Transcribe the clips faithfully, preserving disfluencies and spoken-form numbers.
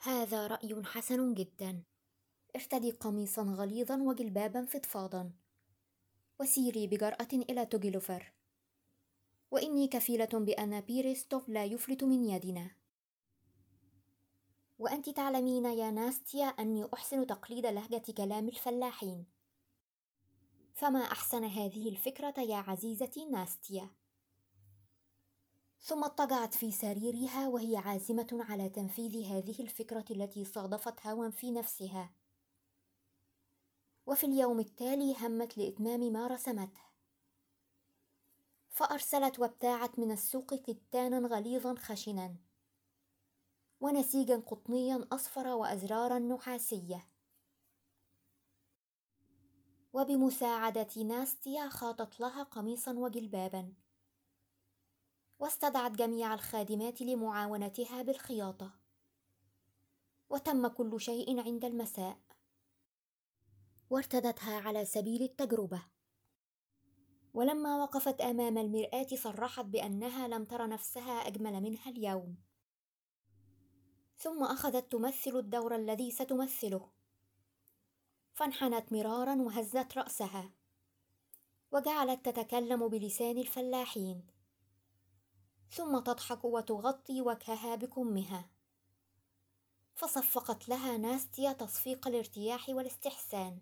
هذا رأي حسن جدا. ارتدي قميصا غليظا وجلبابا فضفاضا، وسيري بجرأة إلى توجلوفر، وإني كفيلة بأن بيريستوف لا يفلت من يدنا. وأنت تعلمين يا ناستيا أني أحسن تقليد لهجة كلام الفلاحين، فما أحسن هذه الفكرة يا عزيزتي ناستيا. ثم اضطجعت في سريرها وهي عازمة على تنفيذ هذه الفكرة التي صادفت هوى في نفسها. وفي اليوم التالي همت لإتمام ما رسمته، فأرسلت وابتاعت من السوق كتانا غليظا خشنا، ونسيجا قطنيا أصفر وأزرارا نحاسية. وبمساعدة ناستيا خاطت لها قميصا وجلبابا، واستدعت جميع الخادمات لمعاونتها بالخياطة، وتم كل شيء عند المساء، وارتدتها على سبيل التجربة. ولما وقفت أمام المرآة صرحت بأنها لم تر نفسها أجمل منها اليوم، ثم أخذت تمثل الدور الذي ستمثله، فانحنت مرارا وهزت رأسها، وجعلت تتكلم بلسان الفلاحين، ثم تضحك وتغطي وجهها بكمها. فصفقت لها ناستيا تصفيق الارتياح والاستحسان،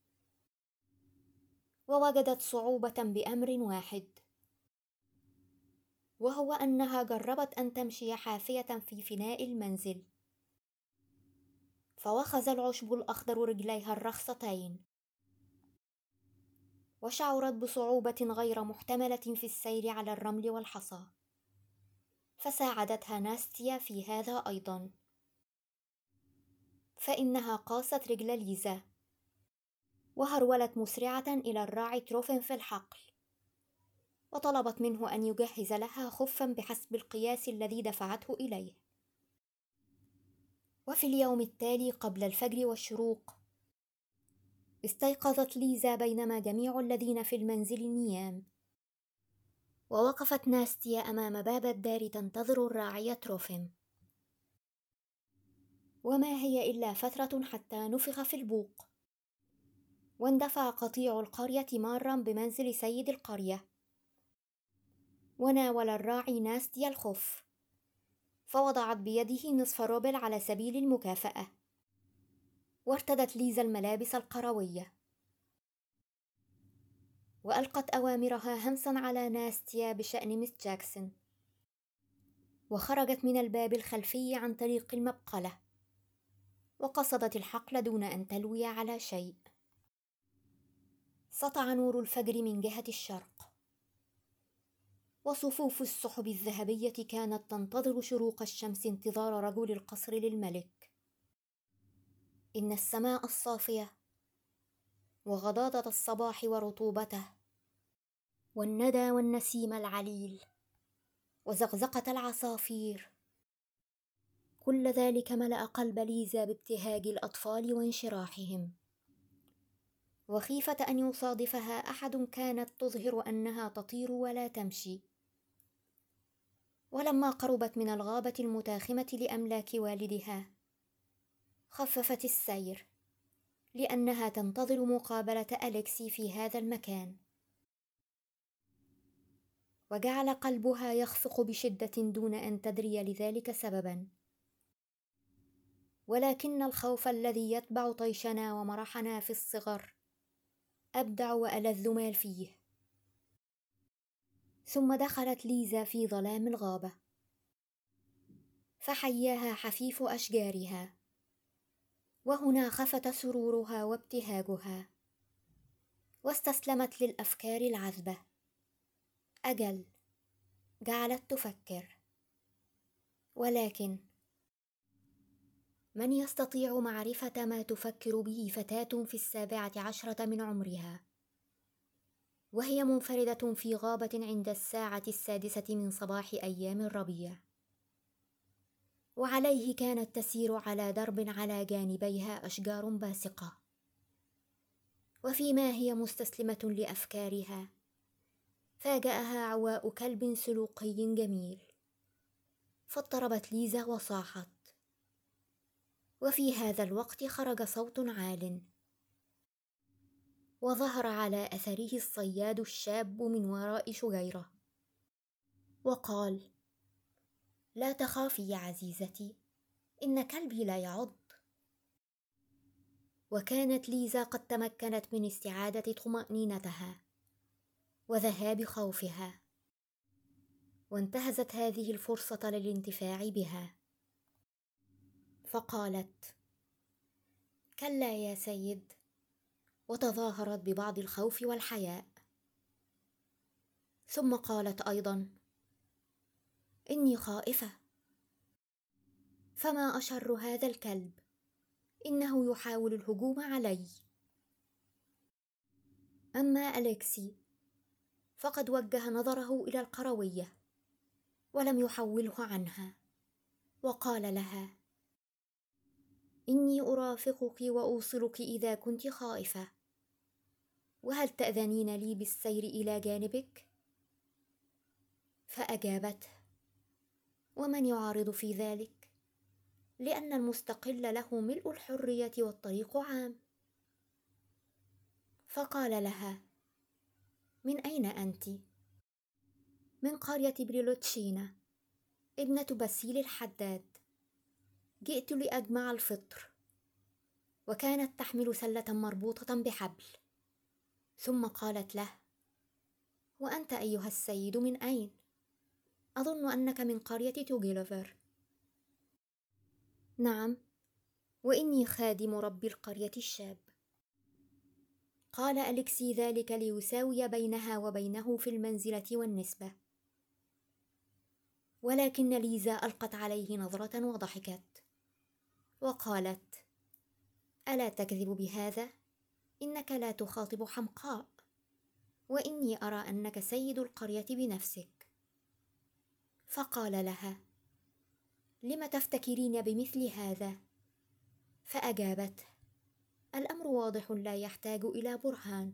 ووجدت صعوبة بأمر واحد، وهو أنها جربت أن تمشي حافية في فناء المنزل، فوخز العشب الأخضر رجليها الرخصتين، وشعرت بصعوبة غير محتملة في السير على الرمل والحصى، فساعدتها ناستيا في هذا أيضا، فإنها قاست رجل ليزا، وهرولت مسرعة إلى الراعي تروفين في الحقل، وطلبت منه أن يجهز لها خفا بحسب القياس الذي دفعته إليه. وفي اليوم التالي قبل الفجر والشروق استيقظت ليزا بينما جميع الذين في المنزل نيام، ووقفت ناستيا أمام باب الدار تنتظر الراعي تروفيم. وما هي إلا فترة حتى نفخ في البوق، واندفع قطيع القرية مارا بمنزل سيد القرية، وناول الراعي ناستيا الخف، فوضعت بيده نصف روبل على سبيل المكافأة، وارتدت ليزا الملابس القروية، وألقت أوامرها همسا على ناستيا بشأن مس جاكسون، وخرجت من الباب الخلفي عن طريق المبقلة، وقصدت الحقل دون أن تلوي على شيء. سطع نور الفجر من جهة الشرق، وصفوف السحب الذهبية كانت تنتظر شروق الشمس انتظار رجل القصر للملك. إن السماء الصافية، وغضاضة الصباح ورطوبته، والندى والنسيم العليل، وزقزقة العصافير، كل ذلك ملأ قلب ليزا بابتهاج الأطفال وانشراحهم، وخيفة أن يصادفها أحد كانت تظهر أنها تطير ولا تمشي. ولما قربت من الغابة المتاخمة لأملاك والدها خففت السير، لأنها تنتظر مقابلة أليكسي في هذا المكان، وجعل قلبها يخفق بشدة دون أن تدري لذلك سببا. ولكن الخوف الذي يتبع طيشنا ومرحنا في الصغر أبدع وألذ ما فيه. ثم دخلت ليزا في ظلام الغابة، فحياها حفيف أشجارها، وهنا خفت سرورها وابتهاجها، واستسلمت للأفكار العذبة. أجل، جعلت تفكر، ولكن من يستطيع معرفة ما تفكر به فتاة في السابعة عشرة من عمرها، وهي منفردة في غابة عند الساعة السادسة من صباح أيام الربيع، وعليه كانت تسير على درب على جانبيها أشجار باسقة، وفيما هي مستسلمة لأفكارها فاجأها عواء كلب سلوقي جميل، فاضطربت ليزا وصاحت: وفي هذا الوقت خرج صوت عال، وظهر على أثره الصياد الشاب من وراء شجيرة، وقال: لا تخافي يا عزيزتي، إن كلبي لا يعض. وكانت ليزا قد تمكنت من استعادة طمأنينتها وذهاب خوفها، وانتهزت هذه الفرصة للانتفاع بها، فقالت: كلا يا سيد، وتظاهرت ببعض الخوف والحياء. ثم قالت أيضا: إني خائفة، فما أشر هذا الكلب، إنه يحاول الهجوم علي. أما أليكسي فقد وجه نظره إلى القروية ولم يحوله عنها، وقال لها: إني أرافقك وأوصلك إذا كنت خائفة، وهل تأذنين لي بالسير إلى جانبك؟ فأجابته: ومن يعارض في ذلك، لأن المستقل له ملء الحرية والطريق عام. فقال لها: من أين أنت؟ من قرية بريلوتشينا، ابنة باسيل الحداد. جئت لأجمع الفطر. وكانت تحمل سلة مربوطة بحبل. ثم قالت له: وأنت أيها السيد من أين؟ أظن أنك من قرية توغيلوفر. نعم، وإني خادم رب القرية الشاب. قال أليكسي ذلك ليساوي بينها وبينه في المنزلة والنسبة، ولكن ليزا ألقت عليه نظرة وضحكت، وقالت: ألا تكذب بهذا؟ إنك لا تخاطب حمقاء، وإني أرى أنك سيد القرية بنفسك. فقال لها: لم تفتكرين بمثل هذا؟ فأجابته: الأمر واضح لا يحتاج إلى برهان.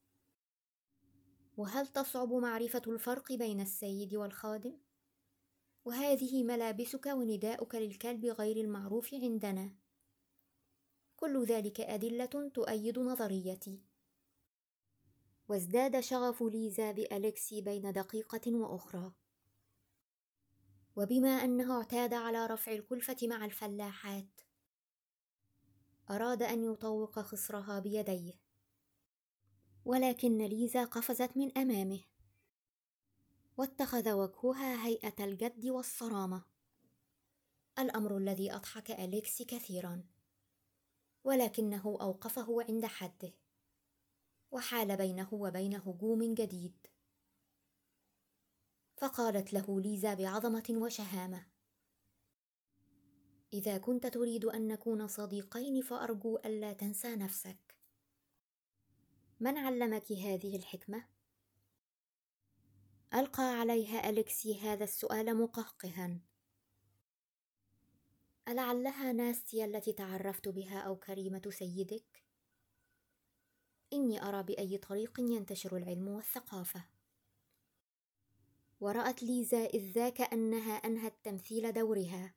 وهل تصعب معرفة الفرق بين السيد والخادم؟ وهذه ملابسك ونداؤك للكلب غير المعروف عندنا، كل ذلك أدلة تؤيد نظريتي. وازداد شغف ليزا بأليكسي بين دقيقة وأخرى، وبما أنه اعتاد على رفع الكلفة مع الفلاحات، أراد أن يطوق خصرها بيديه، ولكن ليزا قفزت من أمامه، واتخذ وجهها هيئة الجد والصرامة، الأمر الذي أضحك أليكسي كثيرا، ولكنه أوقفه عند حده، وحال بينه وبين هجوم جديد. فقالت له ليزا بعظمة وشهامة: إذا كنت تريد أن نكون صديقين فأرجو ألا تنسى نفسك. من علمك هذه الحكمة؟ ألقى عليها أليكسي هذا السؤال مقهقها. ألعلها ناستيا التي تعرفت بها أو كريمة سيدك؟ إني أرى بأي طريق ينتشر العلم والثقافة. ورأت ليزا إذ ذاك أنها أنهت تمثيل دورها،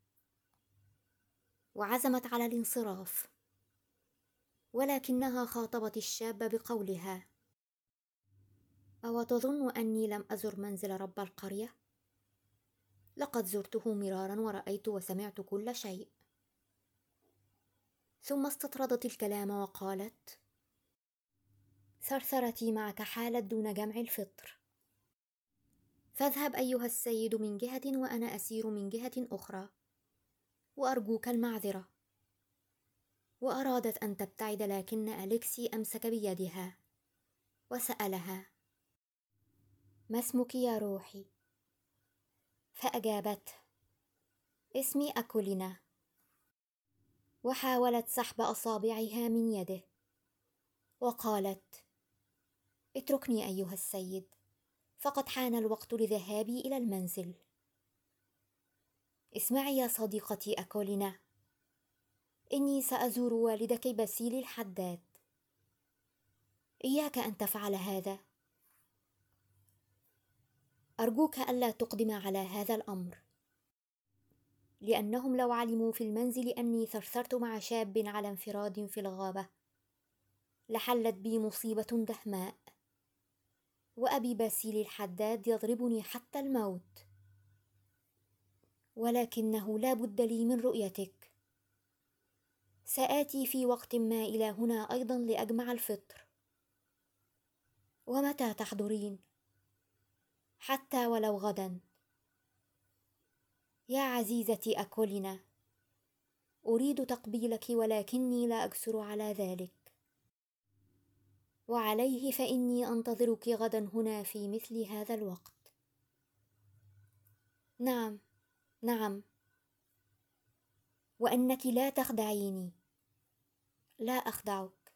وعزمت على الانصراف، ولكنها خاطبت الشاب بقولها: أو تظن أني لم أزر منزل رب القرية؟ لقد زرته مرارا ورأيت وسمعت كل شيء. ثم استطردت الكلام وقالت: ثرثرتي معك حالت دون جمع الفطر، فاذهب أيها السيد من جهة وأنا أسير من جهة أخرى، وأرجوك المعذرة. وأرادت أن تبتعد، لكن أليكسي أمسك بيدها وسألها: ما اسمك يا روحي؟ فأجابته: اسمي أكولينا. وحاولت سحب أصابعها من يده، وقالت: اتركني أيها السيد، فقد حان الوقت لذهابي إلى المنزل. اسمعي يا صديقتي أكولينا، إني سأزور والدك باسيل الحداد. إياك أن تفعل هذا، أرجوك ألا تقدم على هذا الأمر. لأنهم لو علموا في المنزل أني ثرثرت مع شاب على انفراد في الغابة لحلت بي مصيبة دهماء، وأبي باسيل الحداد يضربني حتى الموت. ولكنه لا بد لي من رؤيتك. سآتي في وقت ما إلى هنا أيضا لأجمع الفطر. ومتى تحضرين؟ حتى ولو غدا. يا عزيزتي أكولينا، أريد تقبيلك ولكني لا أجسر على ذلك. وعليه فإني أنتظرك غدا هنا في مثل هذا الوقت. نعم نعم، وأنك لا تخدعيني. لا أخدعك.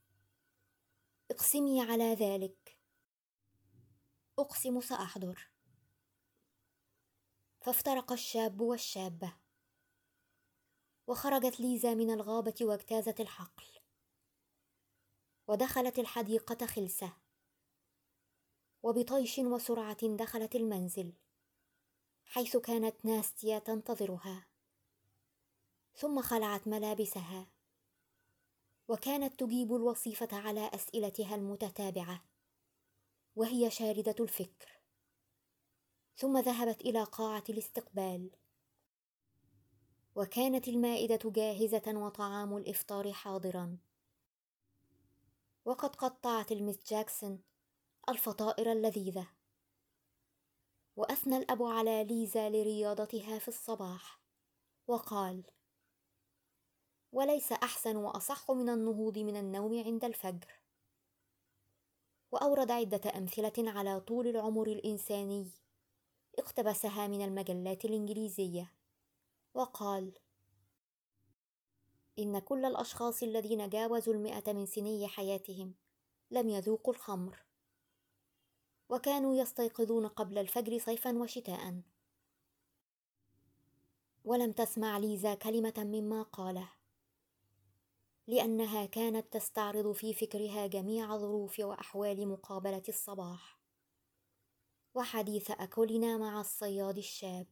اقسمي على ذلك. أقسم سأحضر. فافترق الشاب والشابة، وخرجت ليزا من الغابة واجتازت الحقل، ودخلت الحديقة خلسة، وبطيش وسرعة دخلت المنزل حيث كانت ناستيا تنتظرها. ثم خلعت ملابسها، وكانت تجيب الوصيفة على أسئلتها المتتابعة وهي شاردة الفكر. ثم ذهبت إلى قاعة الاستقبال، وكانت المائدة جاهزة وطعام الإفطار حاضرا. وقد قطعت المس جاكسون الفطائر اللذيذة. وأثنى الأب على ليزا لرياضتها في الصباح، وقال: وليس أحسن وأصح من النهوض من النوم عند الفجر. وأورد عدة أمثلة على طول العمر الإنساني اقتبسها من المجلات الإنجليزية، وقال: إن كل الأشخاص الذين جاوزوا المئة من سني حياتهم لم يذوقوا الخمر، وكانوا يستيقظون قبل الفجر صيفا وشتاء. ولم تسمع ليزا كلمة مما قاله، لأنها كانت تستعرض في فكرها جميع ظروف وأحوال مقابلة الصباح وحديث أكولينا مع الصياد الشاب.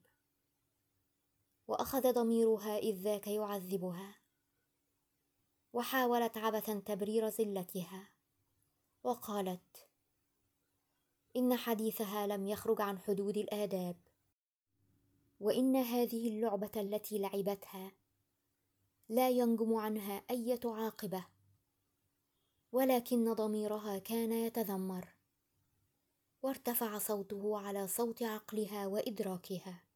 وأخذ ضميرها إذ ذاك يعذبها، وحاولت عبثا تبرير زلتها، وقالت إن حديثها لم يخرج عن حدود الآداب، وإن هذه اللعبة التي لعبتها لا ينجم عنها أي عاقبة. ولكن ضميرها كان يتذمر، وارتفع صوته على صوت عقلها وإدراكها.